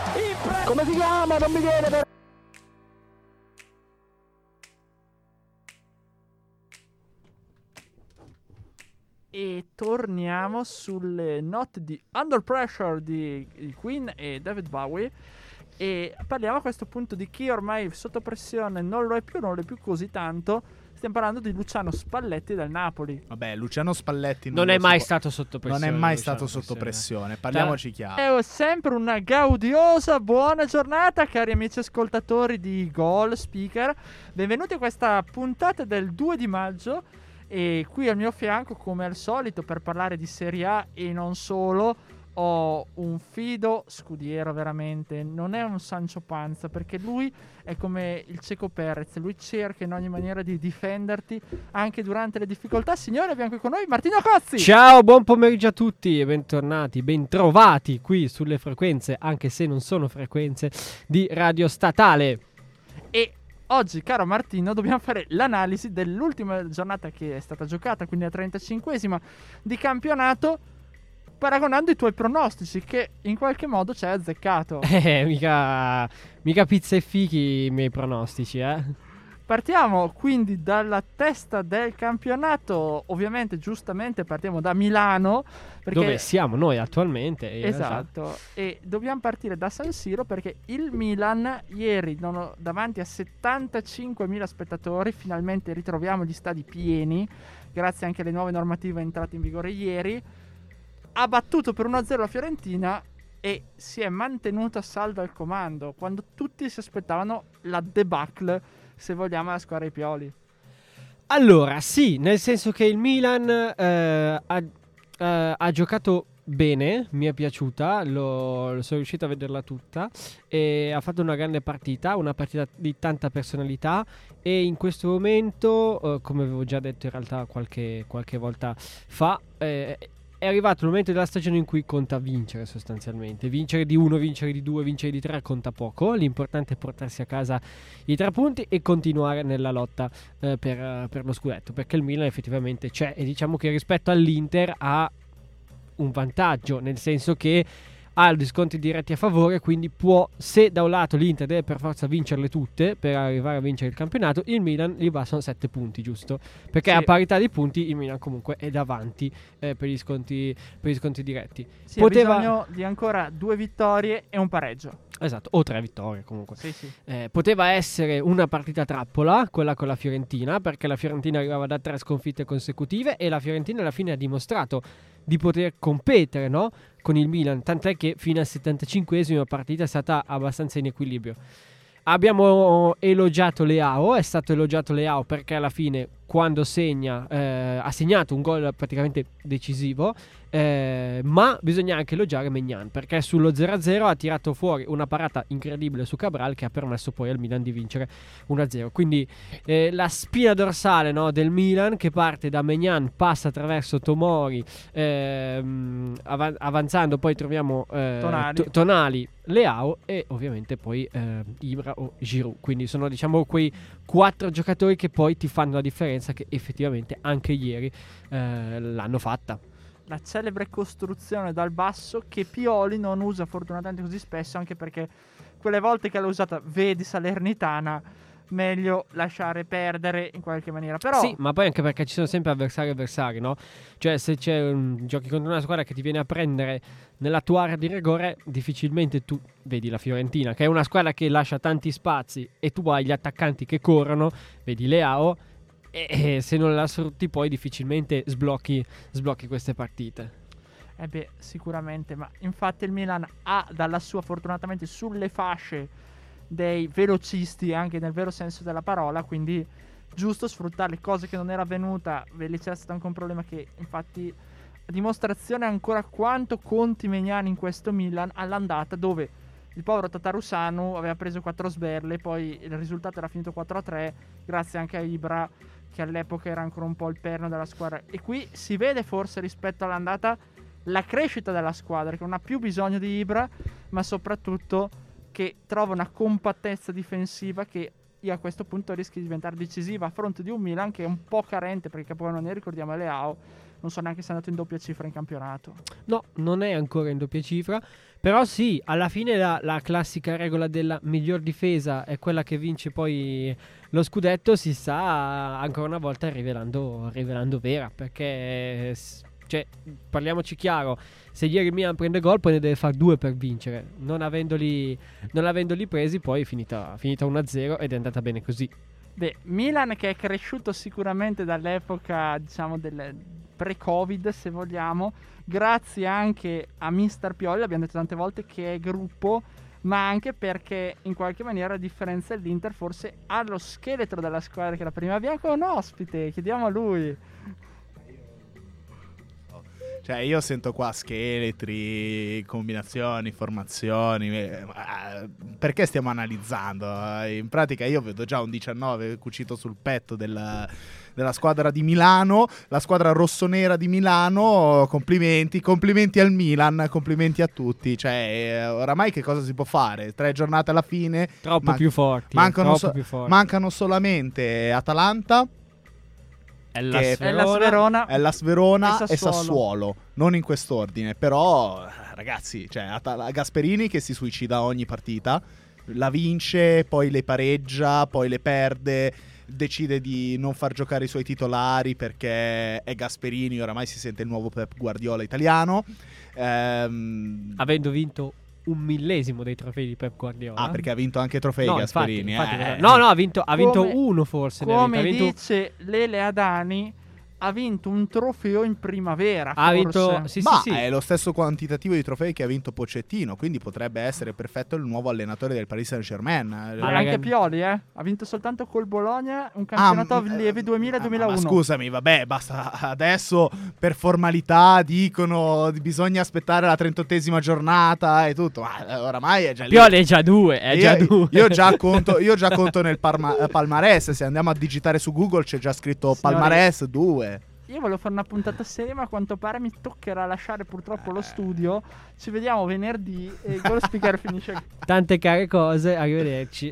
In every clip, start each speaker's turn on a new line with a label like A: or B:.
A: Come si chiama? Non mi viene per... E torniamo sulle note di Under Pressure di Queen e David Bowie. E parliamo a questo punto di chi ormai sotto pressione non lo è più così tanto. Stiamo parlando di Luciano Spalletti del Napoli.
B: Vabbè, Luciano Spalletti
C: non è mai stato sotto pressione.
B: Non è mai stato sotto pressione, parliamoci chiaro.
A: È sempre una gaudiosa buona giornata, cari amici ascoltatori di Goal Speaker. Benvenuti a questa puntata del 2 di maggio. E qui al mio fianco, come al solito, per parlare di Serie A e non solo, ho un fido scudiero veramente. Non è un Sancho Panza, perché lui è come il Checo Perez. Lui cerca in ogni maniera di difenderti anche durante le difficoltà. Signore, abbiamo qui con noi Martino Cozzi.
C: Ciao, buon pomeriggio a tutti e bentornati, bentrovati qui sulle frequenze, anche se non sono frequenze, di Radio Statale.
A: E oggi, caro Martino, dobbiamo fare l'analisi dell'ultima giornata che è stata giocata, quindi la 35esima di campionato, paragonando i tuoi pronostici, che in qualche modo ci hai azzeccato.
C: Mica pizza e fichi i miei pronostici,
A: Partiamo quindi dalla testa del campionato. Ovviamente, giustamente, partiamo da Milano, perché...
C: dove siamo noi attualmente.
A: Esatto, e dobbiamo partire da San Siro perché il Milan ieri, davanti a 75.000 spettatori, finalmente ritroviamo gli stadi pieni, grazie anche alle nuove normative entrate in vigore ieri, ha battuto per 1-0 la Fiorentina e si è mantenuto a saldo al comando, quando tutti si aspettavano la debacle, se vogliamo, la squadra dei Pioli.
C: Allora, sì, nel senso che il Milan ha giocato bene, mi è piaciuta, sono riuscito a vederla tutta e ha fatto una grande partita, una partita di tanta personalità e in questo momento, come avevo già detto in realtà qualche volta fa, è arrivato il momento della stagione in cui conta vincere sostanzialmente. Vincere di 1, vincere di 2, vincere di 3 conta poco. L'importante è portarsi a casa i 3 punti e continuare nella lotta per lo scudetto, perché il Milan effettivamente c'è e diciamo che rispetto all'Inter ha un vantaggio, nel senso che ha gli sconti diretti a favore, quindi può, se da un lato l'Inter deve per forza vincerle tutte per arrivare a vincere il campionato, il Milan gli bastano 7 punti, giusto? Perché
A: sì,
C: a parità di punti il Milan comunque è davanti per gli sconti diretti.
A: Sì, ha bisogno di ancora 2 vittorie e un pareggio.
C: Esatto, o 3 vittorie comunque.
A: Sì, sì.
C: Poteva essere una partita trappola, quella con la Fiorentina, perché la Fiorentina arrivava da 3 sconfitte consecutive e la Fiorentina alla fine ha dimostrato di poter competere, no? Con il Milan, tant'è che fino al 75esima partita è stata abbastanza in equilibrio. Abbiamo elogiato Leao, è stato elogiato Leao perché alla fine quando ha segnato un gol praticamente decisivo, ma bisogna anche elogiare Maignan perché sullo 0-0 ha tirato fuori una parata incredibile su Cabral che ha permesso poi al Milan di vincere 1-0. Quindi la spina dorsale, no, del Milan che parte da Maignan, passa attraverso Tomori, avanzando poi troviamo Tonali, Leao e ovviamente poi Ibra o Giroud. Quindi sono diciamo quei 4 giocatori che poi ti fanno la differenza, che effettivamente anche ieri l'hanno fatta.
A: La celebre costruzione dal basso che Pioli non usa fortunatamente così spesso, anche perché quelle volte che l'ha usata, vedi Salernitana, meglio lasciare perdere in qualche maniera. Però
C: sì, ma poi anche perché ci sono sempre avversari, no? Cioè se giochi contro una squadra che ti viene a prendere nella tua area di rigore, difficilmente tu vedi la Fiorentina, che è una squadra che lascia tanti spazi e tu hai gli attaccanti che corrono, vedi Leao, e se non la sfrutti poi difficilmente sblocchi queste partite.
A: Sicuramente, ma infatti il Milan ha dalla sua fortunatamente sulle fasce dei velocisti anche nel vero senso della parola, quindi giusto sfruttare le cose che non era avvenuta. Lì c'è stato anche un problema che infatti a dimostrazione ancora quanto conti Maignan in questo Milan all'andata, dove il povero Tatarusanu aveva preso 4 sberle, poi il risultato era finito 4-3 grazie anche a Ibra, che all'epoca era ancora un po' il perno della squadra. E qui si vede forse rispetto all'andata la crescita della squadra, che non ha più bisogno di Ibra, ma soprattutto che trova una compattezza difensiva che e a questo punto rischi di diventare decisiva a fronte di un Milan che è un po' carente, perché capocannoniere, ricordiamo, Leao non so neanche se è andato in doppia cifra in campionato.
C: No, non è ancora in doppia cifra, però sì, alla fine la classica regola della miglior difesa è quella che vince poi lo scudetto, si sta ancora una volta rivelando vera, perché cioè, parliamoci chiaro, se ieri il Milan prende gol poi ne deve fare 2 per vincere, non avendoli presi poi è finita 1-0 ed è andata bene così.
A: Beh, Milan che è cresciuto sicuramente dall'epoca, diciamo, del pre-Covid, se vogliamo, grazie anche a Mister Pioli, abbiamo detto tante volte che è gruppo, ma anche perché in qualche maniera, a differenza dell'Inter, forse ha lo scheletro della squadra che è la prima. Abbiamo anche un ospite, chiediamo a lui.
B: Cioè, io sento qua scheletri, combinazioni, formazioni. Perché stiamo analizzando? In pratica io vedo già un 19 cucito sul petto della squadra di Milano, la squadra rossonera di Milano. Complimenti al Milan, complimenti a tutti. Cioè, oramai che cosa si può fare? 3 giornate alla fine.
C: Troppo più forti.
B: Mancano solamente Atalanta,
A: È la
B: Sverona e Sassuolo. Non in quest'ordine, però ragazzi, cioè Gasperini che si suicida ogni partita, la vince, poi le pareggia, poi le perde, decide di non far giocare i suoi titolari perché è Gasperini, oramai si sente il nuovo Pep Guardiola italiano.
C: Avendo vinto 1/1000 dei trofei di Pep Guardiola.
B: Ah, perché ha vinto anche trofei Gasperini.
C: Infatti, no, ha vinto uno forse.
A: Come dice Lele Adani, ha vinto un trofeo in primavera.
C: Ha vinto,
B: sì. È lo stesso quantitativo di trofei che ha vinto Pochettino, quindi potrebbe essere perfetto il nuovo allenatore del Paris Saint-Germain.
A: Anche Pioli, ha vinto soltanto col Bologna un campionato lieve 2000-2001.
B: Ma scusami, vabbè, basta. Adesso per formalità dicono bisogna aspettare la 38esima giornata e tutto. Ma oramai è già lì.
C: Pioli è già 2.
B: Io già conto nel palmarès. Se andiamo a digitare su Google c'è già scritto palmarès 2.
A: Io volevo fare una puntata seria, ma a quanto pare mi toccherà lasciare purtroppo lo studio. Ci vediamo venerdì e quello speaker finisce.
C: Tante care cose, arrivederci.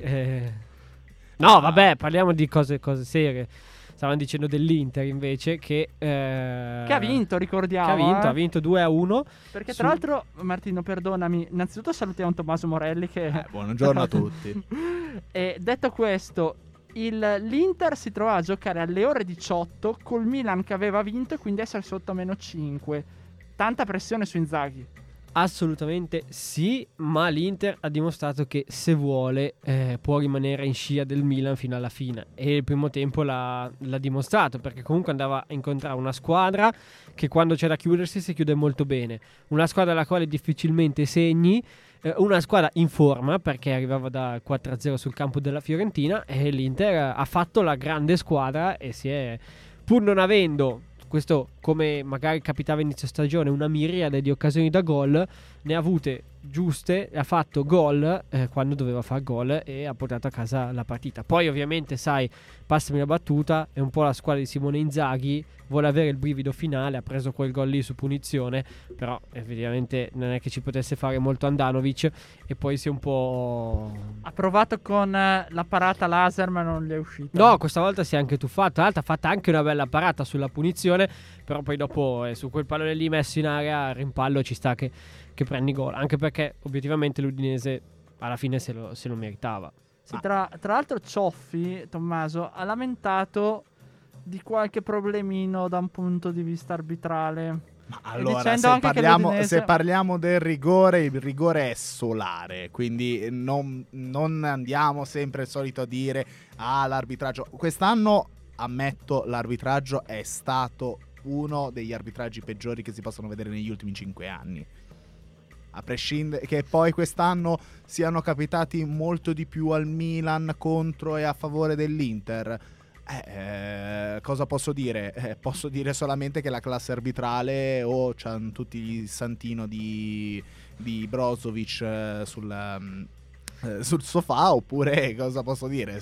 C: No, vabbè, parliamo di cose serie. Stavano dicendo dell'Inter invece che
A: ha vinto, ricordiamo.
C: Che ha vinto 2-1.
A: Perché tra l'altro, Martino, perdonami, innanzitutto salutiamo Tommaso Morelli che...
B: buongiorno a tutti.
A: E detto questo, l'Inter si trovava a giocare alle ore 18 col Milan che aveva vinto e quindi essere sotto a -5. Tanta pressione su Inzaghi.
C: Assolutamente sì, ma l'Inter ha dimostrato che se vuole può rimanere in scia del Milan fino alla fine, e il primo tempo l'ha dimostrato, perché comunque andava a incontrare una squadra che quando c'è da chiudersi si chiude molto bene, una squadra alla quale difficilmente segni, una squadra in forma perché arrivava da 4-0 sul campo della Fiorentina, e l'Inter ha fatto la grande squadra e si è, pur non avendo, questo come magari capitava inizio stagione, una miriade di occasioni da gol, ne ha avute giuste, ha fatto gol quando doveva fare gol e ha portato a casa la partita. Poi ovviamente, sai, passami la battuta, è un po' la squadra di Simone Inzaghi, vuole avere il brivido finale, ha preso quel gol lì su punizione, però effettivamente non è che ci potesse fare molto Andanovic, e poi si è un po'...
A: Ha provato con la parata laser ma non gli è uscita.
C: No, questa volta si è anche tuffato, tra l'altro ha fatto anche una bella parata sulla punizione, però poi dopo su quel pallone lì messo in area, rimpallo, ci sta che prendi gol, anche perché obiettivamente l'Udinese alla fine se lo meritava.
A: Sì, tra l'altro Cioffi, Tommaso, ha lamentato di qualche problemino da un punto di vista arbitrale.
B: Ma allora, se parliamo del rigore, il rigore è solare, quindi non andiamo sempre il solito a dire l'arbitraggio. Quest'anno, ammetto, l'arbitraggio è stato uno degli arbitraggi peggiori che si possono vedere negli ultimi 5 anni. A prescindere che poi quest'anno siano capitati molto di più al Milan contro e a favore dell'Inter, cosa posso dire? Posso dire solamente che la classe arbitrale c'hanno tutti il santino di Brozovic sul sofà, oppure cosa posso dire?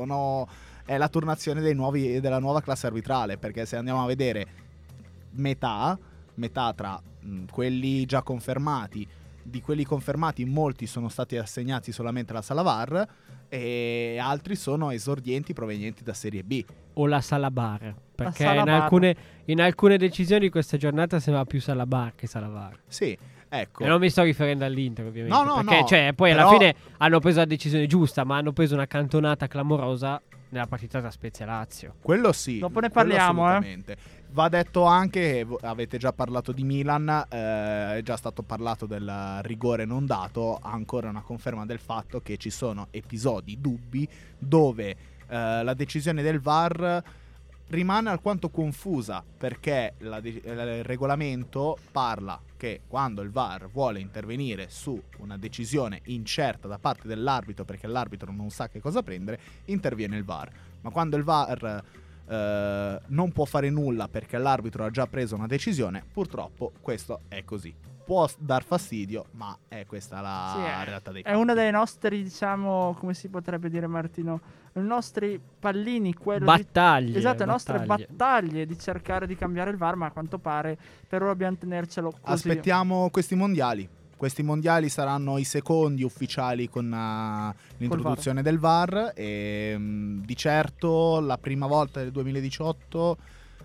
B: È la turnazione della nuova classe arbitrale, perché se andiamo a vedere metà tra quelli già confermati di quelli confermati molti sono stati assegnati solamente alla sala VAR e altri sono esordienti provenienti da Serie B.
C: O la sala bar, perché
A: sala bar.
C: in alcune decisioni di questa giornata sembrava più sala bar che sala VAR.
B: Sì, ecco.
C: E non mi sto riferendo all'Inter, ovviamente.
B: No,
C: perché cioè, poi
B: però...
C: alla fine hanno preso la decisione giusta, ma hanno preso una cantonata clamorosa nella partita tra Spezia e Lazio.
B: Quello sì.
A: Dopo ne parliamo,
B: assolutamente. Va detto anche che avete già parlato di Milan, è già stato parlato del rigore non dato, ancora una conferma del fatto che ci sono episodi dubbi dove la decisione del VAR rimane alquanto confusa, perché il regolamento parla che quando il VAR vuole intervenire su una decisione incerta da parte dell'arbitro, perché l'arbitro non sa che cosa prendere, interviene il VAR. Ma quando il VAR non può fare nulla perché l'arbitro ha già preso una decisione, purtroppo questo è così. Può dar fastidio, ma è questa la realtà dei fatti.
A: È una dei nostri, diciamo, come si potrebbe dire, Martino, i nostri pallini,
C: battaglie.
A: Esatto, le nostre battaglie di cercare di cambiare il VAR, ma a quanto pare per ora dobbiamo tenercelo così.
B: Aspettiamo questi mondiali. Questi mondiali saranno i secondi ufficiali con l'introduzione del VAR e di certo la prima volta del 2018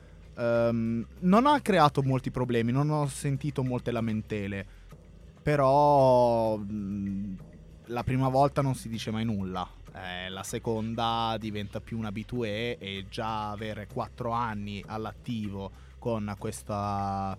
B: non ha creato molti problemi, non ho sentito molte lamentele, però la prima volta non si dice mai nulla, la seconda diventa più un habitué e già avere 4 anni all'attivo con questa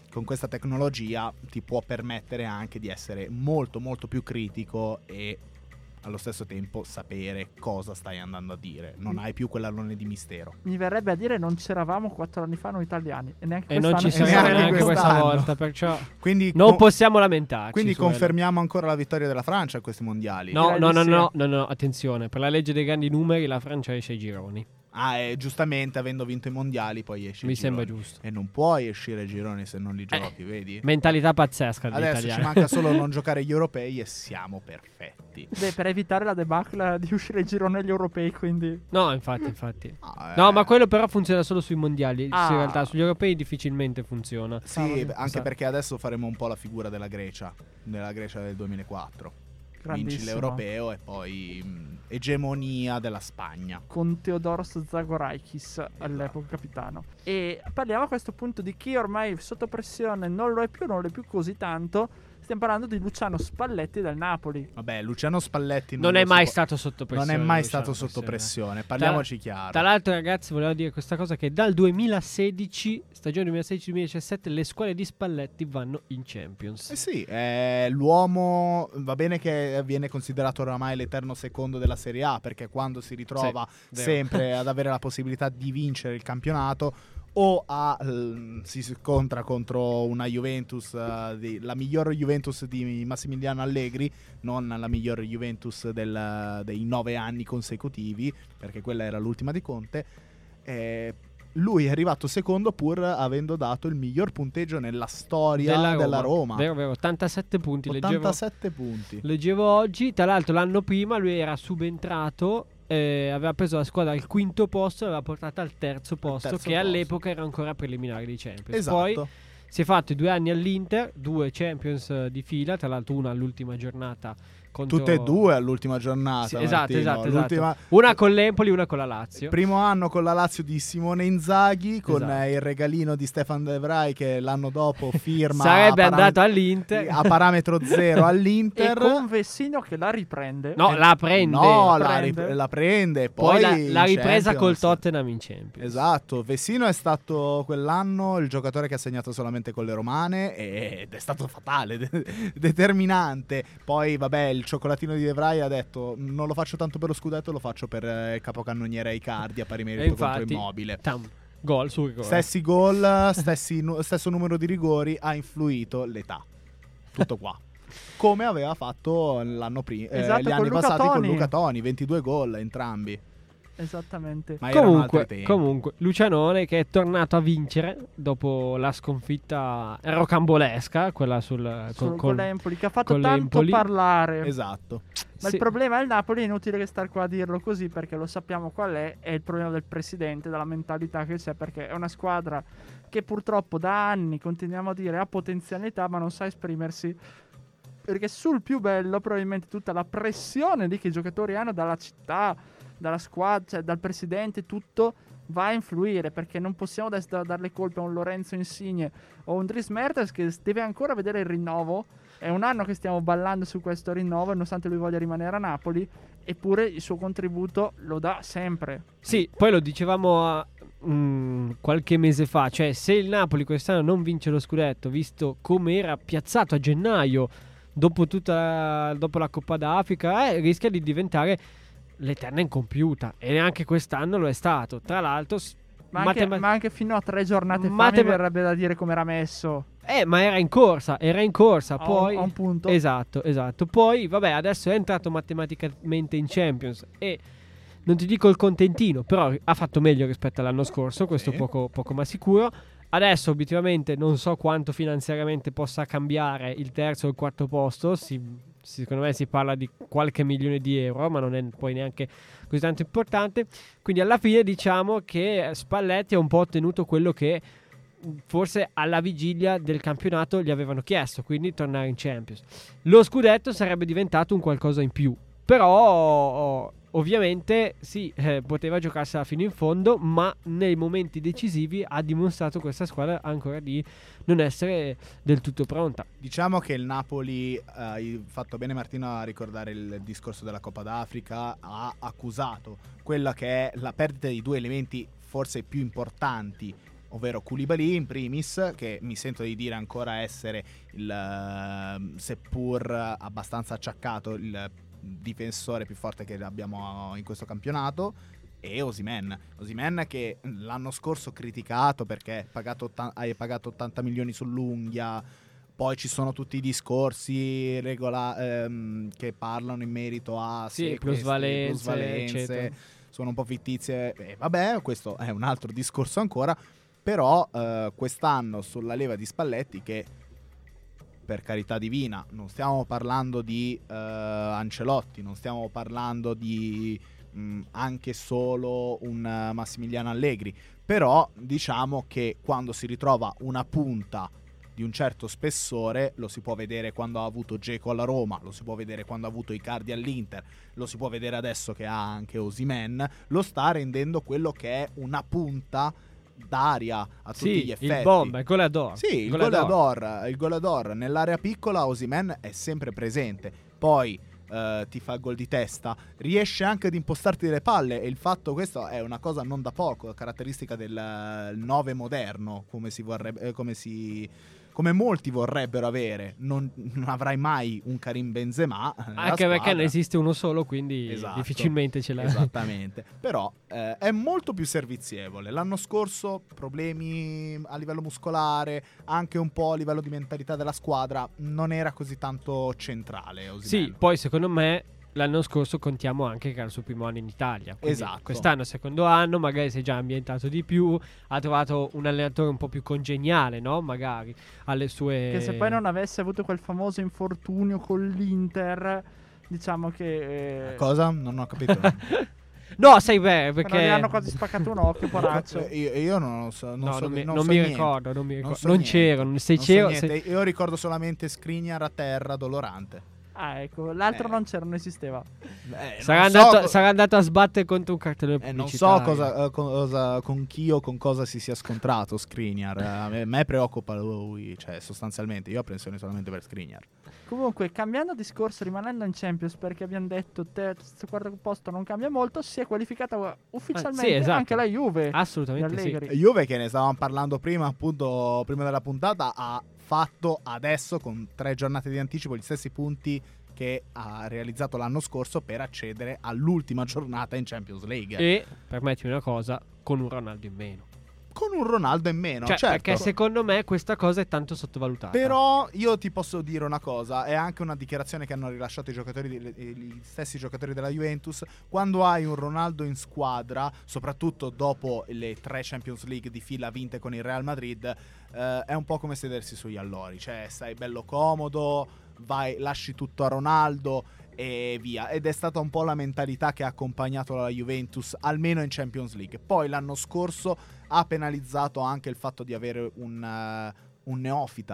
B: tecnologia ti può permettere anche di essere molto molto più critico e allo stesso tempo sapere cosa stai andando a dire. Non hai più quell'alone di mistero.
A: Mi verrebbe a dire non c'eravamo 4 anni fa noi italiani e neanche
C: non ci siamo neanche questa volta, perciò
B: quindi
C: non possiamo lamentarci.
B: Quindi confermiamo ancora la vittoria della Francia a questi mondiali.
C: No, attenzione, per la legge dei grandi numeri la Francia esce ai gironi.
B: Giustamente, avendo vinto i mondiali, poi esce.
C: Mi sembra giusto.
B: E non puoi uscire ai gironi se non li giochi, vedi?
C: Mentalità pazzesca degli
B: Adesso
C: italiani.
B: ci manca solo non giocare gli europei e siamo perfetti.
A: Beh, per evitare la debacle di uscire ai gironi agli europei, quindi.
C: No, infatti. No, ma quello però funziona solo sui mondiali. In realtà sugli europei difficilmente funziona.
B: Sì, anche perché adesso faremo un po' la figura della Grecia del 2004. Vinci l'europeo e poi egemonia della Spagna
A: con Teodoros Zagorakis all'epoca capitano. E parliamo a questo punto di chi ormai sotto pressione non lo è più così tanto. Stiamo parlando di Luciano Spalletti del Napoli.
B: Vabbè, Luciano Spalletti
C: non è mai stato sotto pressione.
B: Non è mai stato sotto pressione. Parliamoci chiaro.
C: Tra l'altro, ragazzi, volevo dire questa cosa: che dal 2016, stagione 2016-2017, le squadre di Spalletti vanno in Champions.
B: Sì, l'uomo va bene che viene considerato oramai l'eterno secondo della Serie A, perché quando si ritrova sempre ad avere la possibilità di vincere il campionato o si scontra contro una Juventus, la migliore Juventus di Massimiliano Allegri, non la migliore Juventus dei 9 anni consecutivi, perché quella era l'ultima di Conte. Lui è arrivato secondo pur avendo dato il miglior punteggio nella storia della Roma.
C: Vero, 87 punti.
B: 87 punti.
C: Leggevo oggi, tra l'altro l'anno prima lui era subentrato, aveva preso la squadra al quinto posto e l'aveva portata al terzo posto, all'epoca era ancora preliminare di Champions.
B: Esatto.
C: Poi si è fatto i 2 anni all'Inter, 2 Champions di fila, tra l'altro una all'ultima giornata.
B: Tutte e due all'ultima giornata.
C: Sì, esatto. Una con l'Empoli, una con la Lazio.
B: Primo anno con la Lazio di Simone Inzaghi, con il regalino di Stefan De Vrij che l'anno dopo firma.
C: Sarebbe andato all'Inter
B: a parametro zero all'Inter.
A: E con Vessino che la riprende.
C: No, la prende.
B: No, la prende. Poi
C: la ripresa col Tottenham in Champions.
B: Esatto. Vessino è stato quell'anno il giocatore che ha segnato solamente con le romane ed è stato fatale, determinante. Poi vabbè, il cioccolatino di De Vrij ha detto: non lo faccio tanto per lo scudetto, lo faccio per il capocannoniere Icardi a pari merito contro Immobile.
C: Gol su rigore.
B: Stessi gol, stesso numero di rigori, ha influito l'età. Tutto qua. Come aveva fatto l'anno prima, gli anni passati con Luca Toni, 22 gol entrambi.
A: Esattamente.
B: Ma
C: comunque Lucianone che è tornato a vincere dopo la sconfitta rocambolesca, quella con
A: l'Empoli, che ha fatto tanto parlare.
B: Esatto.
A: Ma il problema è il Napoli, è inutile che star qua a dirlo così, perché lo sappiamo qual è il problema del presidente, della mentalità che c'è, perché è una squadra che purtroppo da anni continuiamo a dire ha potenzialità ma non sa esprimersi perché sul più bello probabilmente tutta la pressione lì che i giocatori hanno dalla città, dalla squadra, cioè dal presidente, tutto va a influire, perché non possiamo adesso dare le colpe a un Lorenzo Insigne o un Dries Mertens che deve ancora vedere il rinnovo. È un anno che stiamo ballando su questo rinnovo, nonostante lui voglia rimanere a Napoli, eppure il suo contributo lo dà sempre.
C: Sì, poi lo dicevamo qualche mese fa, cioè se il Napoli quest'anno non vince lo scudetto, visto come era piazzato a gennaio dopo la Coppa d'Africa, rischia di diventare l'eterna incompiuta, e neanche quest'anno lo è stato. Tra l'altro
A: ma anche fino a 3 giornate fa mi verrebbe da dire come era messo.
C: Ma era in corsa, poi
A: a un punto.
C: Esatto. Poi vabbè, adesso è entrato matematicamente in Champions e non ti dico il contentino, però ha fatto meglio rispetto all'anno scorso, questo poco ma sicuro. Adesso obiettivamente non so quanto finanziariamente possa cambiare il terzo o il quarto posto, secondo me si parla di qualche milione di euro, ma non è poi neanche così tanto importante. Quindi alla fine diciamo che Spalletti ha un po' ottenuto quello che forse alla vigilia del campionato gli avevano chiesto, quindi tornare in Champions. Lo scudetto sarebbe diventato un qualcosa in più, però ovviamente sì, poteva giocarsela fino in fondo, ma nei momenti decisivi ha dimostrato questa squadra ancora di non essere del tutto pronta.
B: Diciamo che il Napoli, hai fatto bene Martino a ricordare il discorso della Coppa d'Africa, ha accusato quella che è la perdita di 2 elementi forse più importanti, ovvero Koulibaly in primis, che mi sento di dire ancora essere il, seppur abbastanza acciaccato, il difensore più forte che abbiamo in questo campionato, e Osimhen che l'anno scorso criticato perché hai pagato 80 milioni sull'unghia. Poi ci sono tutti i discorsi che parlano in merito a plusvalenze sono un po' fittizie, vabbè, questo è un altro discorso ancora. Però quest'anno sulla leva di Spalletti, che per carità divina non stiamo parlando di Ancelotti, non stiamo parlando di anche solo un Massimiliano Allegri, però diciamo che quando si ritrova una punta di un certo spessore, lo si può vedere quando ha avuto Dzeko alla Roma, lo si può vedere quando ha avuto Icardi all'Inter, lo si può vedere adesso che ha anche Osimhen, lo sta rendendo quello che è una punta d'aria a tutti gli effetti.
C: Il bomba, il goleador.
B: Sì, il goleador nell'area piccola. Osimhen è sempre presente. Poi ti fa il gol di testa, riesce anche ad impostarti le palle, e il fatto, questo è una cosa non da poco, caratteristica del 9 moderno, come molti vorrebbero avere. Non avrai mai un Karim Benzema
C: anche perché ne esiste uno solo, quindi difficilmente ce l'hai.
B: Esattamente. Però è molto più servizievole. L'anno scorso problemi a livello muscolare, anche un po' a livello di mentalità della squadra, non era così tanto centrale Osimhen.
C: Sì, poi secondo me l'anno scorso contiamo anche che era il suo primo anno in Italia.
B: Esatto.
C: Quest'anno, secondo anno, magari si è già ambientato di più, ha trovato un allenatore un po' più congeniale, no? Magari alle sue...
A: Che se poi non avesse avuto quel famoso infortunio con l'Inter, diciamo che...
B: Cosa? Non ho capito.
C: No, sai beh, perché
A: non gli hanno quasi spaccato un occhio, poraccio.
B: Io non lo so,
C: non mi ricordo. Non c'ero.
B: Io ricordo solamente Skriniar a terra dolorante.
A: Ah, ecco, l'altro non c'era, non esisteva.
C: Sarà andato a sbattere contro un cartellone pubblicitario.
B: Non so con chi o con cosa si sia scontrato Skriniar. A me preoccupa lui, cioè sostanzialmente io ho pensione solamente per Skriniar.
A: Comunque, cambiando discorso, rimanendo in Champions, perché abbiamo detto terzo quarto posto non cambia molto, si è qualificata ufficialmente anche la Juve.
C: Assolutamente sì.
B: Juve, che ne stavamo parlando prima, appunto, prima della puntata, ha fatto adesso con 3 giornate di anticipo gli stessi punti che ha realizzato l'anno scorso per accedere all'ultima giornata in Champions League.
C: E, permettimi una cosa, con un Ronaldo in meno.
B: Con un Ronaldo in meno, certo.
C: Perché secondo me questa cosa è tanto sottovalutata.
B: Però io ti posso dire una cosa, è anche una dichiarazione che hanno rilasciato gli stessi giocatori della Juventus. Quando hai un Ronaldo in squadra, soprattutto dopo le 3 Champions League di fila vinte con il Real Madrid, è un po' come sedersi sugli allori. Cioè stai bello comodo, lasci tutto a Ronaldo e via. Ed è stata un po' la mentalità che ha accompagnato la Juventus, almeno in Champions League. Poi l'anno scorso ha penalizzato anche il fatto di avere un neofita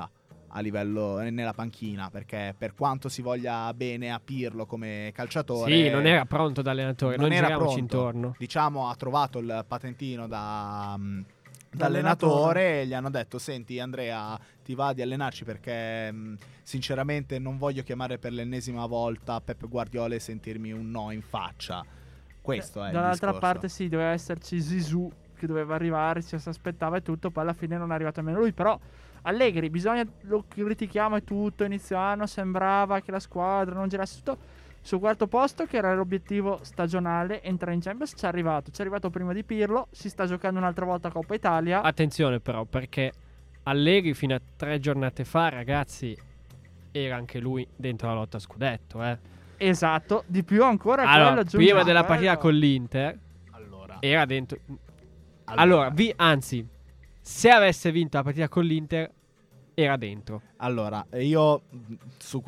B: a livello nella panchina, perché per quanto si voglia bene a Pirlo come calciatore,
C: sì, non era pronto da allenatore, non
B: era
C: giriamoci
B: pronto.
C: Intorno.
B: Diciamo, ha trovato il patentino da allenatore e gli hanno detto: senti Andrea, ti va di allenarci, perché sinceramente non voglio chiamare per l'ennesima volta Pep Guardiola e sentirmi un no in faccia. Questo è
A: dall'altra
B: il discorso.
A: parte sì, doveva esserci Zizou che doveva arrivare, ci si aspettava e tutto, poi alla fine non è arrivato nemmeno lui. Però Allegri, lo critichiamo e tutto, inizio anno sembrava che la squadra non girasse tutto. Sul quarto posto, che era l'obiettivo stagionale, entrare in Champions, ci è arrivato prima di Pirlo, si sta giocando un'altra volta Coppa Italia.
C: Attenzione però, perché Allegri fino a 3 giornate fa, ragazzi, era anche lui dentro la lotta a scudetto,
A: Esatto, di più ancora
C: allora, prima della
A: quello.
C: partita con l'Inter era dentro. Allora, anzi, se avesse vinto la partita con l'Inter era dentro.
B: Allora, io su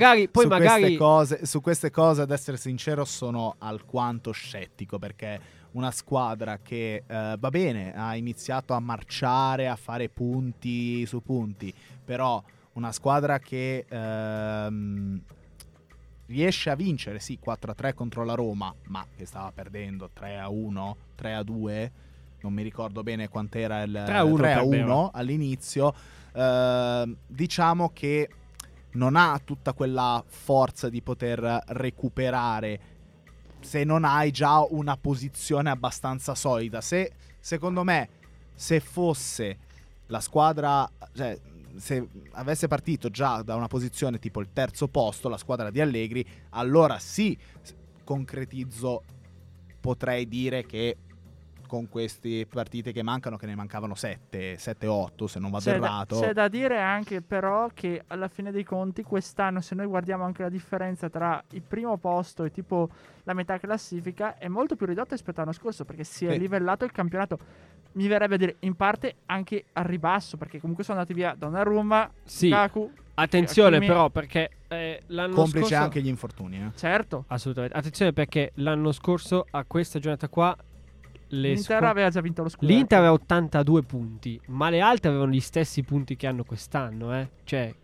B: queste cose, ad essere sincero, sono alquanto scettico, perché una squadra che va bene, ha iniziato a marciare, a fare punti su punti, però una squadra che riesce a vincere, sì, 4-3 contro la Roma, ma che stava perdendo 3-1, 3-2, non mi ricordo bene quant'era il 3-1 all'inizio. Diciamo che non ha tutta quella forza di poter recuperare se non hai già una posizione abbastanza solida. Secondo me, se fosse la squadra, cioè se avesse partito già da una posizione tipo il terzo posto, la squadra di Allegri, allora sì, potrei dire che con queste partite che mancano, che ne mancavano 7-8 se non vado errato.
A: C'è da dire anche però che alla fine dei conti quest'anno, se noi guardiamo anche la differenza tra il primo posto e tipo la metà classifica, è molto più ridotta rispetto all'anno scorso, perché si è livellato il campionato. Mi verrebbe a dire in parte anche al ribasso, perché comunque sono andati via Donnarumma, Lukaku.
C: Attenzione però, perché l'anno
B: complice
C: scorso
B: anche gli infortuni,
A: certo,
C: assolutamente. Attenzione, perché l'anno scorso a questa giornata qua
A: l'Inter aveva già vinto lo scudetto.
C: L'Inter aveva 82 punti, ma le altre avevano gli stessi punti che hanno quest'anno, cioè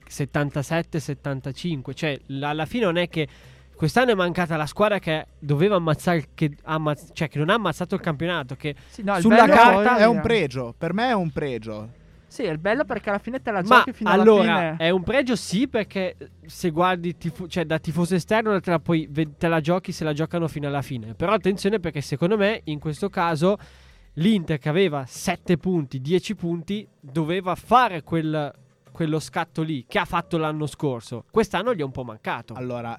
C: 77-75. Cioè alla fine non è che quest'anno è mancata la squadra che doveva ammazzare, cioè che non ha ammazzato il campionato, che sulla carta
B: è un pregio. Per me è un pregio.
A: Sì, è bello perché alla fine te la giochi fino alla
C: fine. È un pregio, sì, perché se guardi cioè da tifoso esterno te la giochi se la giocano fino alla fine. Però attenzione, perché secondo me in questo caso l'Inter, che aveva 7 punti, 10 punti, doveva fare quello scatto lì che ha fatto l'anno scorso. Quest'anno gli è un po' mancato.
B: Allora,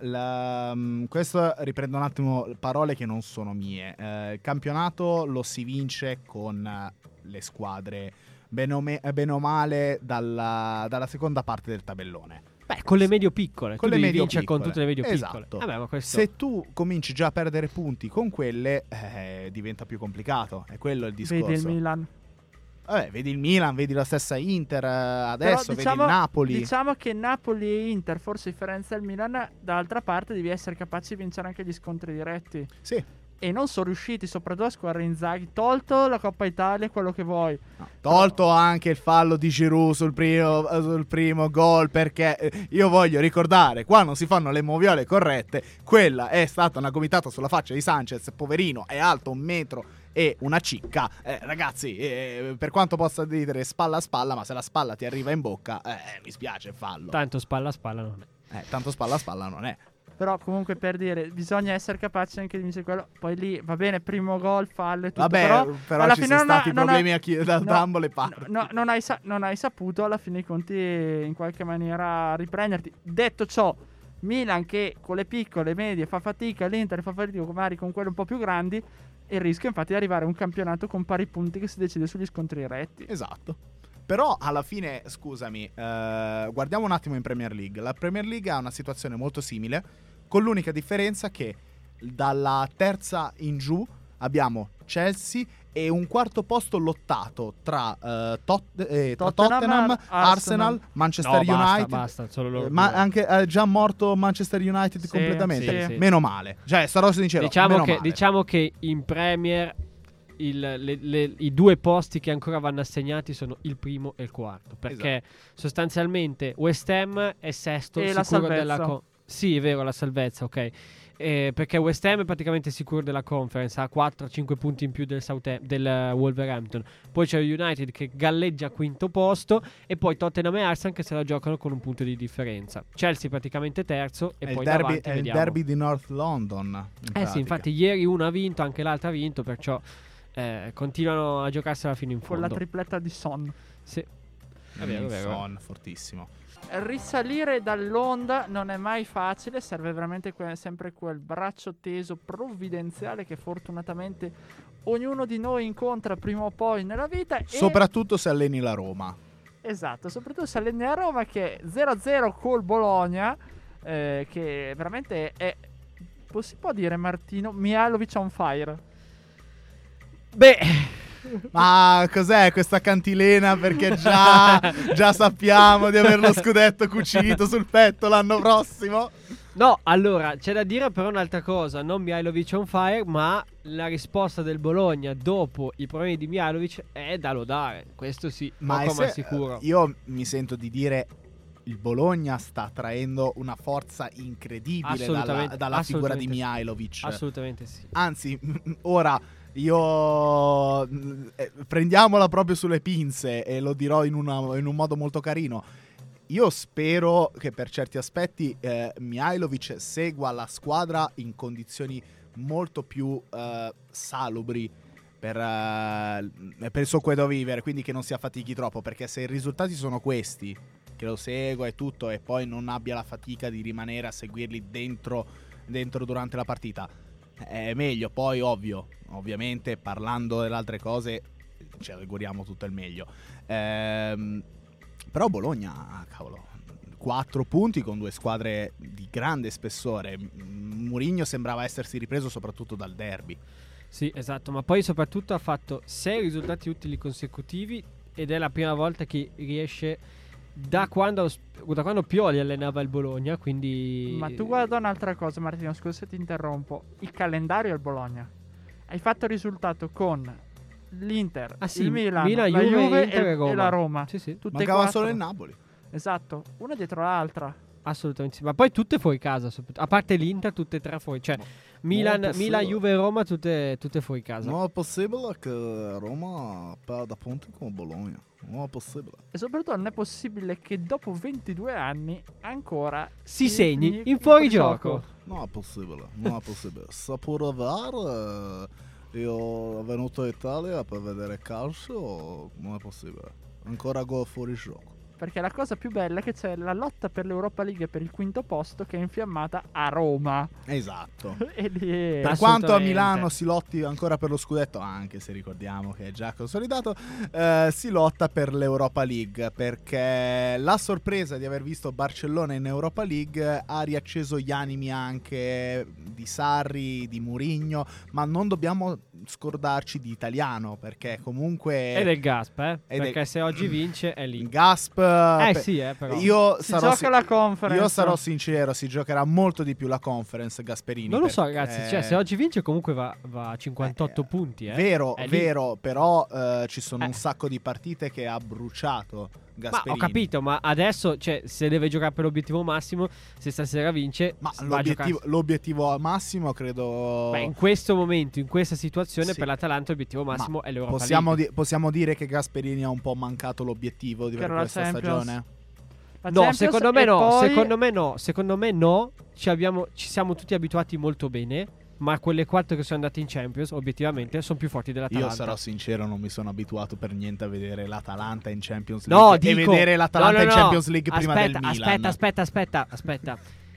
B: questo riprendo un attimo parole che non sono mie. Il campionato lo si vince con le squadre bene o male dalla seconda parte del tabellone.
C: Beh, con le medio piccole.
B: Con le medio piccole.
C: Con tutte le medio
B: esatto.
C: piccole. Vabbè, ma questo...
B: Se tu cominci già a perdere punti con quelle, diventa più complicato. È quello il discorso.
A: Vedi il Milan.
B: Vedi il Milan, vedi la stessa Inter adesso, vedi il Napoli.
A: Diciamo che Napoli e Inter, forse a differenza del Milan, dall'altra parte devi essere capaci di vincere anche gli scontri diretti.
B: Sì.
A: E non sono riusciti, soprattutto a squadre Inzaghi. Tolto la Coppa Italia, quello che vuoi.
B: Tolto anche il fallo di Giroud sul primo gol, perché io voglio ricordare, qua non si fanno le moviole corrette. Quella è stata una gomitata sulla faccia di Sanchez, poverino, è alto 1 metro e una cicca. Ragazzi, per quanto possa dire spalla a spalla, ma se la spalla ti arriva in bocca, mi spiace, fallo.
C: Tanto spalla a spalla non è.
B: Tanto spalla a spalla non è.
A: Però comunque, per dire, bisogna essere capaci anche di vincere quello. Poi lì va bene, primo gol, fallo e tutto.
B: Vabbè, però
A: alla
B: ci
A: fine
B: sono stati problemi da ambo le parti.
A: Non hai saputo alla fine i conti in qualche maniera riprenderti. Detto ciò, Milan che con le piccole, medie fa fatica, l'Inter fa fatica magari con quelle un po' più grandi, e il rischio infatti di arrivare a un campionato con pari punti che si decide sugli scontri diretti.
B: Esatto. Però alla fine, scusami, guardiamo un attimo in Premier League. La Premier League ha una situazione molto simile, con l'unica differenza che dalla terza in giù abbiamo Chelsea e un quarto posto lottato tra Tottenham, Arsenal, Manchester United.
C: Basta, solo loro.
B: Ma anche già morto Manchester United completamente.
C: Sì.
B: Meno male. Cioè, sarò sincero,
C: diciamo che in Premier i due posti che ancora vanno assegnati sono il primo e il quarto, perché sostanzialmente West Ham è sesto,
A: e
C: sicuro
A: la
C: della sì, è vero, la salvezza, ok. Perché West Ham è praticamente sicuro della conference, ha 4-5 punti in più del Wolverhampton. Poi c'è United che galleggia a quinto posto, e poi Tottenham e Arsenal che se la giocano con un punto di differenza. Chelsea praticamente terzo, e poi davanti
B: è il derby di North London.
C: Sì, infatti ieri uno ha vinto, anche l'altro ha vinto, perciò continuano a giocarsela fino in fondo.
A: Con la tripletta di Son.
C: Sì, è vero.
B: Son, fortissimo.
A: Risalire dall'onda non è mai facile, serve veramente sempre quel braccio teso provvidenziale che fortunatamente ognuno di noi incontra prima o poi nella vita.
B: Soprattutto se alleni la Roma.
A: Esatto, soprattutto se alleni la Roma, che è 0-0 col Bologna, che veramente è, si può dire, Martino, Mihajlovic on fire.
C: Beh,
B: ma cos'è questa cantilena? Perché già sappiamo di avere lo scudetto cucito sul petto l'anno prossimo.
C: No, allora c'è da dire però un'altra cosa. Non Mihajlovic on fire, ma la risposta del Bologna dopo i problemi di Mihajlovic è da lodare. Questo sì, poco ma sicuro.
B: Io mi sento di dire, il Bologna sta traendo una forza incredibile dalla figura di Mihajlovic.
C: Assolutamente sì.
B: Anzi, ora io prendiamola proprio sulle pinze e lo dirò in un modo molto carino. Io spero che per certi aspetti Mihajlovic segua la squadra in condizioni molto più salubri per il suo quieto vivere, quindi che non si affatichi troppo, perché se i risultati sono questi, che lo segua e tutto, e poi non abbia la fatica di rimanere a seguirli dentro durante la partita, è meglio. Poi ovviamente parlando delle altre cose ci auguriamo tutto il meglio, però Bologna, cavolo, 4 punti con due squadre di grande spessore. Mourinho sembrava essersi ripreso soprattutto dal derby.
C: Sì, esatto, ma poi soprattutto ha fatto 6 risultati utili consecutivi, ed è la prima volta che riesce da quando Pioli allenava il Bologna, quindi...
A: Ma tu guarda un'altra cosa, Martino, scusa se ti interrompo. Il calendario al Bologna. Hai fatto il risultato con l'Inter, il Milan, la Juve e la Roma.
C: Sì.
B: Mancava solo il Napoli.
A: Esatto, una dietro l'altra.
C: Assolutamente sì, ma poi tutte fuori casa, a parte l'Inter, tutte e tre fuori, cioè Milan, Juve e Roma tutte fuori casa.
B: Non è possibile che Roma perda punti con Bologna, non è possibile.
A: E soprattutto non è possibile che dopo 22 anni ancora
C: si segni in fuorigioco.
B: Non è possibile. Sapore VAR, io venuto in Italia per vedere calcio, non è possibile. Ancora gol fuori gioco.
A: Perché la cosa più bella è che c'è la lotta per l'Europa League per il quinto posto, che è infiammata a Roma.
B: Esatto.
A: Per
B: quanto a Milano si lotti ancora per lo scudetto, anche se ricordiamo che è già consolidato, si lotta per l'Europa League, perché la sorpresa di aver visto Barcellona in Europa League ha riacceso gli animi anche di Sarri, di Mourinho, ma non dobbiamo scordarci di Italiano, perché comunque...
C: E del Gasp, perché se oggi vince è lì.
B: Gasp...
C: sì,
B: però.
A: La conference.
B: Io sarò sincero, si giocherà molto di più la conference Gasperini.
C: Non lo so, ragazzi, cioè se oggi vince comunque va a 58 punti.
B: Vero, però ci sono un sacco di partite che ha bruciato Gasperini.
C: Ma ho capito, ma adesso, cioè, se deve giocare per l'obiettivo massimo, se stasera vince,
B: ma l'obiettivo massimo credo...
C: Beh, in questo momento, in questa situazione, per l'Atalanta l'obiettivo massimo è l'Europa League.
B: Possiamo dire che Gasperini ha un po' mancato l'obiettivo di questa stagione?
C: No, secondo me no. Secondo me no. Ci siamo tutti abituati molto bene. Ma quelle 4 che sono andate in Champions, obiettivamente, sono più forti dell'Atalanta.
B: Io sarò sincero, non mi sono abituato per niente a vedere l'Atalanta in Champions League. Vedere l'Atalanta in Champions League prima del Milan.
C: Aspetta.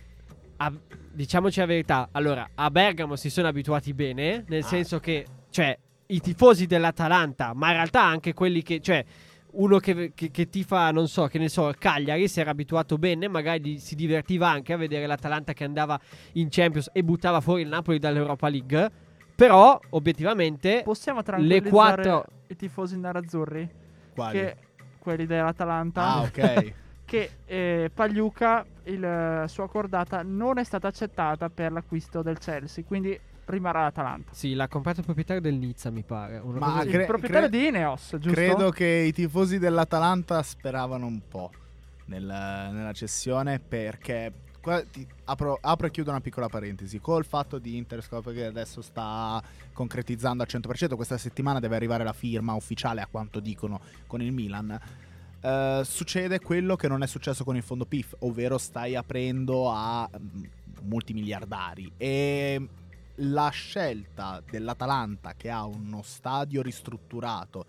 C: Diciamoci la verità. Allora, a Bergamo si sono abituati bene, nel senso che, cioè, i tifosi dell'Atalanta, ma in realtà anche quelli che, cioè, uno che tifa, non so, che ne so, Cagliari, si era abituato bene, magari si divertiva anche a vedere l'Atalanta che andava in Champions e buttava fuori il Napoli dall'Europa League. Però, obiettivamente,
A: possiamo tranquillizzare
C: le 4
A: i tifosi nerazzurri?
B: Quali?
A: Quelli dell'Atalanta.
B: Ah, ok.
A: Che Pagliuca, la sua cordata non è stata accettata per l'acquisto del Chelsea, quindi rimarrà l'Atalanta.
C: Sì, l'ha comprato il proprietario del Nizza, mi pare.
A: Il proprietario di Ineos, giusto?
B: Credo che i tifosi dell'Atalanta speravano un po' nella cessione, perché apro e chiudo una piccola parentesi. Col fatto di Interscope che adesso sta concretizzando al 100%, questa settimana deve arrivare la firma ufficiale, a quanto dicono, con il Milan. Succede quello che non è successo con il fondo PIF, ovvero stai aprendo a multimiliardari, e la scelta dell'Atalanta, che ha uno stadio ristrutturato,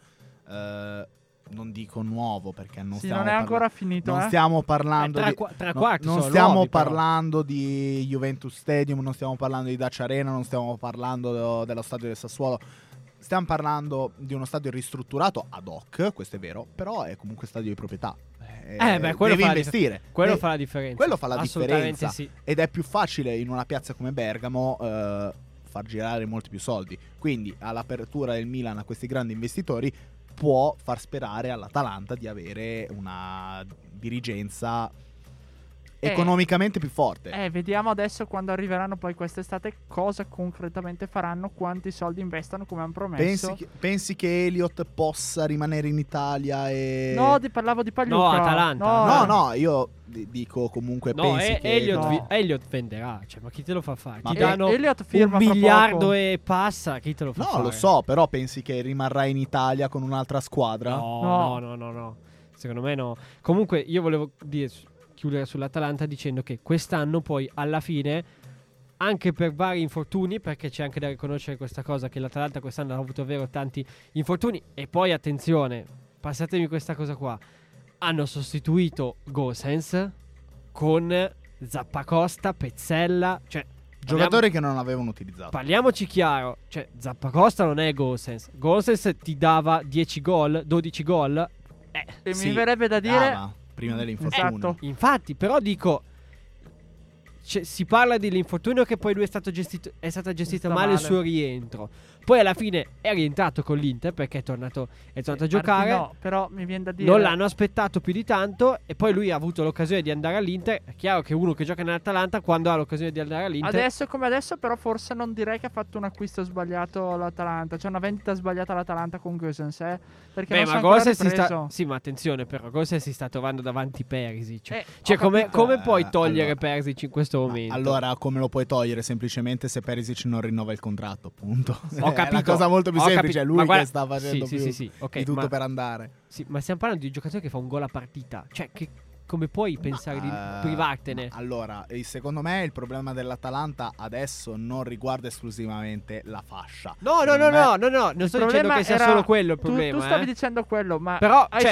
B: non dico nuovo perché non
A: è ancora finito.
B: Non stiamo parlando non stiamo parlando di Juventus Stadium, non stiamo parlando di Dacia Arena, non stiamo parlando dello stadio del Sassuolo. Stiamo parlando di uno stadio ristrutturato ad hoc, questo è vero, però è comunque stadio di proprietà.
C: Quello
B: devi investire.
C: Quello fa la differenza.
B: Quello fa la differenza.
C: Sì.
B: Ed è più facile in una piazza come Bergamo far girare molti più soldi. Quindi all'apertura del Milan a questi grandi investitori può far sperare all'Atalanta di avere una dirigenza economicamente più forte.
A: Vediamo adesso, quando arriveranno poi quest'estate, cosa concretamente faranno, quanti soldi investono, come hanno promesso.
B: Pensi che Elliott possa rimanere in Italia e...
A: No, parlavo di Pagliuca.
C: No, Atalanta.
B: No, io dico comunque pensi che...
C: Elliott venderà, cioè, ma chi te lo fa fare?
B: Ma
C: ti danno
A: Elliott firma
C: $1 miliardo
A: poco.
C: e passa, chi te lo fa fare?
B: No, lo so, però pensi che rimarrà in Italia con un'altra squadra?
C: No. Secondo me no. Comunque io volevo chiudere sull'Atalanta dicendo che quest'anno poi alla fine, anche per vari infortuni, perché c'è anche da riconoscere questa cosa, che l'Atalanta quest'anno ha avuto davvero tanti infortuni, e poi attenzione, passatemi questa cosa qua, hanno sostituito Gosens con Zappacosta, Pezzella, cioè
B: giocatori che non avevano utilizzato.
C: Parliamoci chiaro, cioè Zappacosta non è Gosens ti dava 10 gol, 12 gol,
A: e mi verrebbe da dire
B: prima dell'infortunio.
A: Esatto.
C: Infatti, però dico, si parla dell'infortunio, che poi lui è stato gestito male il suo rientro. Poi alla fine è rientrato con l'Inter perché è tornato a giocare.
A: No, però mi viene da dire,
C: non l'hanno aspettato più di tanto, e poi lui ha avuto l'occasione di andare all'Inter. È chiaro che uno che gioca nell'Atalanta, quando ha l'occasione di andare all'Inter,
A: adesso come adesso, però forse non direi che ha fatto un acquisto sbagliato l'Atalanta, cioè una vendita sbagliata l'Atalanta con Gosens, perché non
C: ma Gosens sì, ma attenzione, però Gosens si sta trovando davanti Perisic, cioè come puoi togliere Perisic in questo momento?
B: Allora, come lo puoi togliere? Semplicemente se Perisic non rinnova il contratto, punto.
C: Ho capito.
B: È una cosa molto più semplice, è lui che sta facendo
C: okay,
B: di tutto per andare.
C: Sì, ma stiamo parlando di un giocatore che fa un gol a partita, cioè che come puoi pensare di privartene?
B: Allora, secondo me il problema dell'Atalanta adesso non riguarda esclusivamente la fascia.
C: No, non sto dicendo che sia solo quello il problema.
A: Tu stavi dicendo quello, ma
C: però
A: hai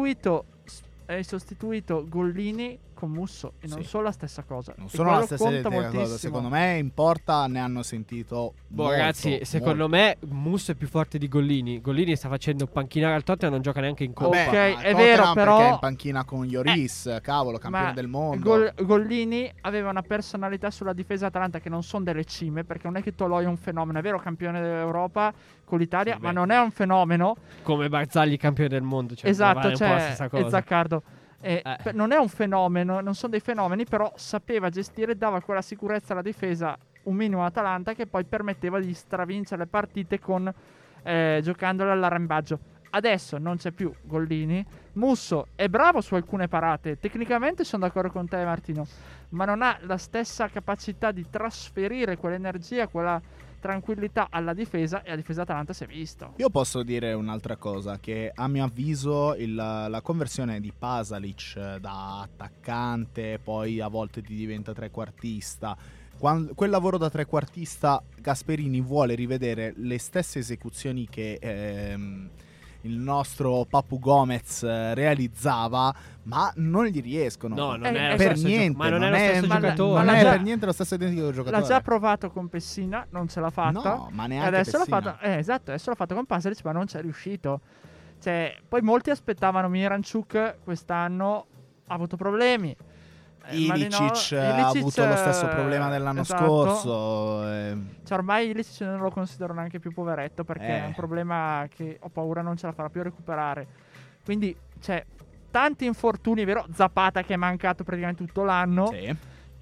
A: sostituito Gollini con Musso, e non sono la stessa cosa.
B: Non sono la stessa cosa. Secondo me in porta ne hanno sentito molto,
C: ragazzi, secondo me Musso è più forte di Gollini. Gollini sta facendo panchinare al Tottenham, non gioca neanche in Coppa.
A: Ok, è vero, però
B: perché è in panchina con Lloris, cavolo, campione del mondo.
A: Gollini aveva una personalità sulla difesa Atalanta che non sono delle cime, perché non è che Toloi è un fenomeno, è vero, campione dell'Europa con l'Italia, ma non è un fenomeno
C: come Barzagli campione del mondo, cioè,
A: esatto,
C: un po' la stessa cosa.
A: E Zaccardo. Non è un fenomeno, non sono dei fenomeni, però sapeva gestire, dava quella sicurezza alla difesa, un minimo Atalanta, che poi permetteva di stravincere le partite con giocandole all'arrembaggio. Adesso non c'è più Gollini. Musso è bravo su alcune parate, tecnicamente sono d'accordo con te, Martino, ma non ha la stessa capacità di trasferire quell'energia, quella tranquillità alla difesa, e la difesa Atalanta si è visto.
B: Io posso dire un'altra cosa, che a mio avviso la conversione di Pasalic da attaccante, poi a volte diventa trequartista, quel lavoro da trequartista, Gasperini vuole rivedere le stesse esecuzioni che il nostro Papu Gomez realizzava, ma non gli riescono.
C: No, non è
B: per niente.
C: Ma non è lo stesso giocatore.
B: Non è per niente lo stesso identico giocatore.
A: L'ha già provato con Pessina, non ce l'ha fatta.
B: No, ma neanche
A: adesso
B: Pessina.
A: l'ha fatto, esatto, adesso l'ha fatto con Pasalic, ma non ci è riuscito. Cioè, poi molti aspettavano Miranchuk, quest'anno ha avuto problemi.
B: Ilicic ha avuto lo stesso problema dell'anno scorso.
A: Cioè, ormai Ilicic non lo considero neanche più poveretto, perché è un problema che ho paura non ce la farà più a recuperare. Quindi, tanti infortuni, vero? Zapata che è mancato praticamente tutto l'anno.
B: Sì.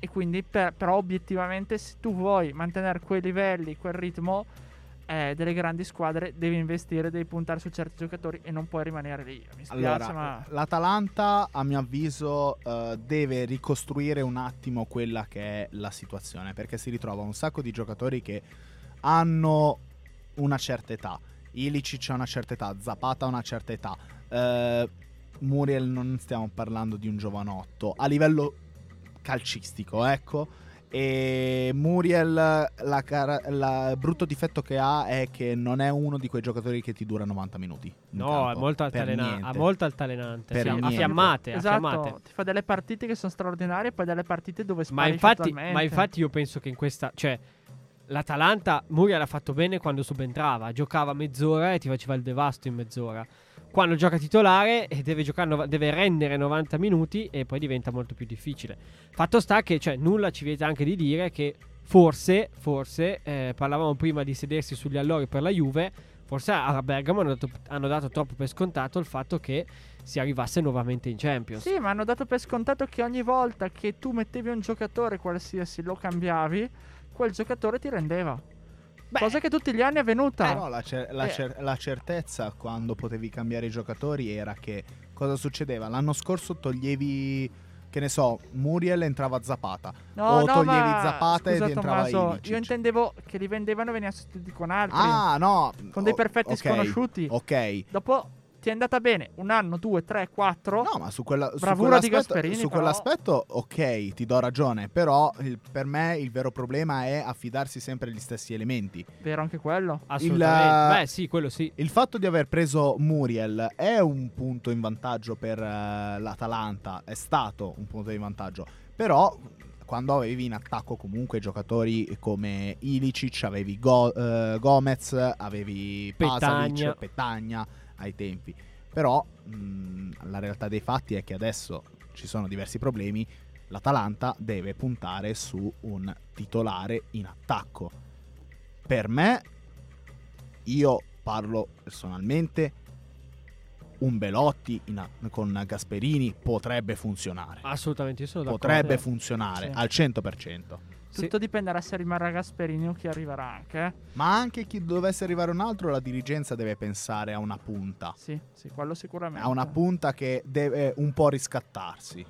A: E quindi però obiettivamente, se tu vuoi mantenere quei livelli, quel ritmo delle grandi squadre, devi investire, devi puntare su certi giocatori e non puoi rimanere lì. Mi spiace, ma
B: l'Atalanta, a mio avviso, deve ricostruire un attimo quella che è la situazione, perché si ritrova un sacco di giocatori che hanno una certa età. Ilicic ha una certa età, Zapata ha una certa età, Muriel non stiamo parlando di un giovanotto a calcistico, ecco. E Muriel, il brutto difetto che ha è che non è uno di quei giocatori che ti dura 90 minuti.
C: No, è molto altalenante. Ha molto altalenante.
B: A
C: fiammate.
A: Esatto, ti fa delle partite che sono straordinarie e poi delle partite dove spari totalmente.
C: Ma infatti io penso che in questa, cioè, l'Atalanta, Muriel l'ha fatto bene quando subentrava. Giocava mezz'ora e ti faceva il devasto in mezz'ora. Quando gioca titolare deve rendere 90 minuti e poi diventa molto più difficile. Fatto sta che, cioè, nulla ci vieta anche di dire che forse parlavamo prima di sedersi sugli allori per la Juve, forse a Bergamo hanno dato troppo per scontato il fatto che si arrivasse nuovamente in Champions.
A: Sì, ma hanno dato per scontato che ogni volta che tu mettevi un giocatore qualsiasi, lo cambiavi, quel giocatore ti rendeva. Cosa che tutti gli anni è avvenuta.
B: No, la certezza quando potevi cambiare i giocatori era che cosa succedeva? L'anno scorso toglievi, che ne so, Muriel, entrava Zapata. Toglievi Zapata ed entrava Ilicic.
A: Io intendevo che li vendevano e venivano sostituiti con altri.
B: Ah, no.
A: Con dei perfetti sconosciuti.
B: Ok.
A: Dopo ti è andata bene 1 anno, 2, 3, 4.
B: No, ma su quell'aspetto,
A: Gasperini,
B: quell'aspetto, ok, ti do ragione. Però per me il vero problema è affidarsi sempre agli stessi elementi.
A: Vero anche quello?
C: Assolutamente. Beh, sì, quello sì.
B: Il fatto di aver preso Muriel è un punto in vantaggio per l'Atalanta. È stato un punto di vantaggio. Però quando avevi in attacco comunque giocatori come Ilicic, avevi Gomez, avevi Pasalic, Petagna ai tempi. Però la realtà dei fatti è che adesso ci sono diversi problemi. L'Atalanta deve puntare su un titolare in attacco. Per me, io parlo personalmente, un Belotti con Gasperini potrebbe funzionare.
C: Assolutamente, io sono d'accordo.
B: Potrebbe funzionare al 100%.
A: Tutto dipenderà se rimarrà Gasperini o chi arriverà anche.
B: Ma anche chi dovesse arrivare un altro, la dirigenza deve pensare a una punta.
A: Sì, quello sicuramente.
B: A una punta che deve un po' riscattarsi.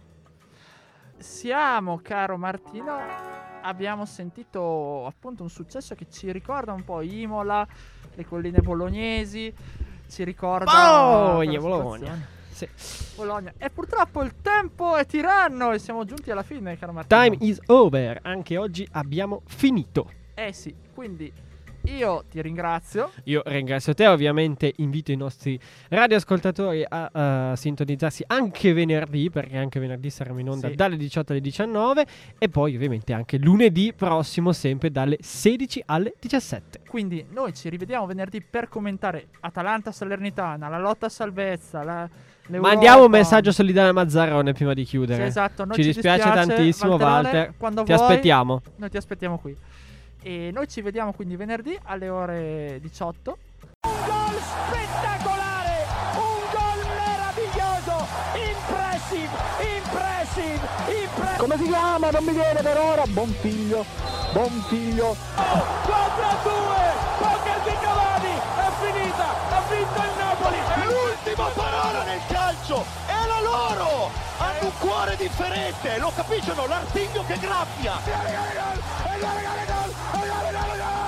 A: Caro Martino, abbiamo sentito appunto un successo che ci ricorda un po' Imola, le colline bolognesi, ci ricorda
C: Bologna. Sì.
A: Bologna. E purtroppo il tempo è tiranno e siamo giunti alla fine, caro Martino.
C: Time is over. Anche oggi abbiamo finito.
A: Sì, quindi io ti ringrazio.
C: Io ringrazio te, ovviamente invito i nostri radioascoltatori a sintonizzarsi anche venerdì, perché anche venerdì saremo in onda dalle 18 alle 19 e poi ovviamente anche lunedì prossimo sempre dalle 16 alle 17.
A: Quindi noi ci rivediamo venerdì per commentare Atalanta-Salernitana, la lotta a salvezza,
C: mandiamo un messaggio solidale a Mazzarrone prima di chiudere.
A: Sì, esatto,
C: ci dispiace tantissimo, Walter. Ti aspettiamo.
A: Noi ti aspettiamo qui. E noi ci vediamo quindi venerdì alle ore 18.
D: Un gol spettacolare, un gol meraviglioso, impressive. Come si chiama? Non mi viene per ora. Bonfiglio. 4-2, poker di Cavani, è finita, ha vinto il Napoli.
E: È l'ultima parola nel calcio, è la loro. Hanno un cuore differente, lo capiscono, l'artiglio che graffia.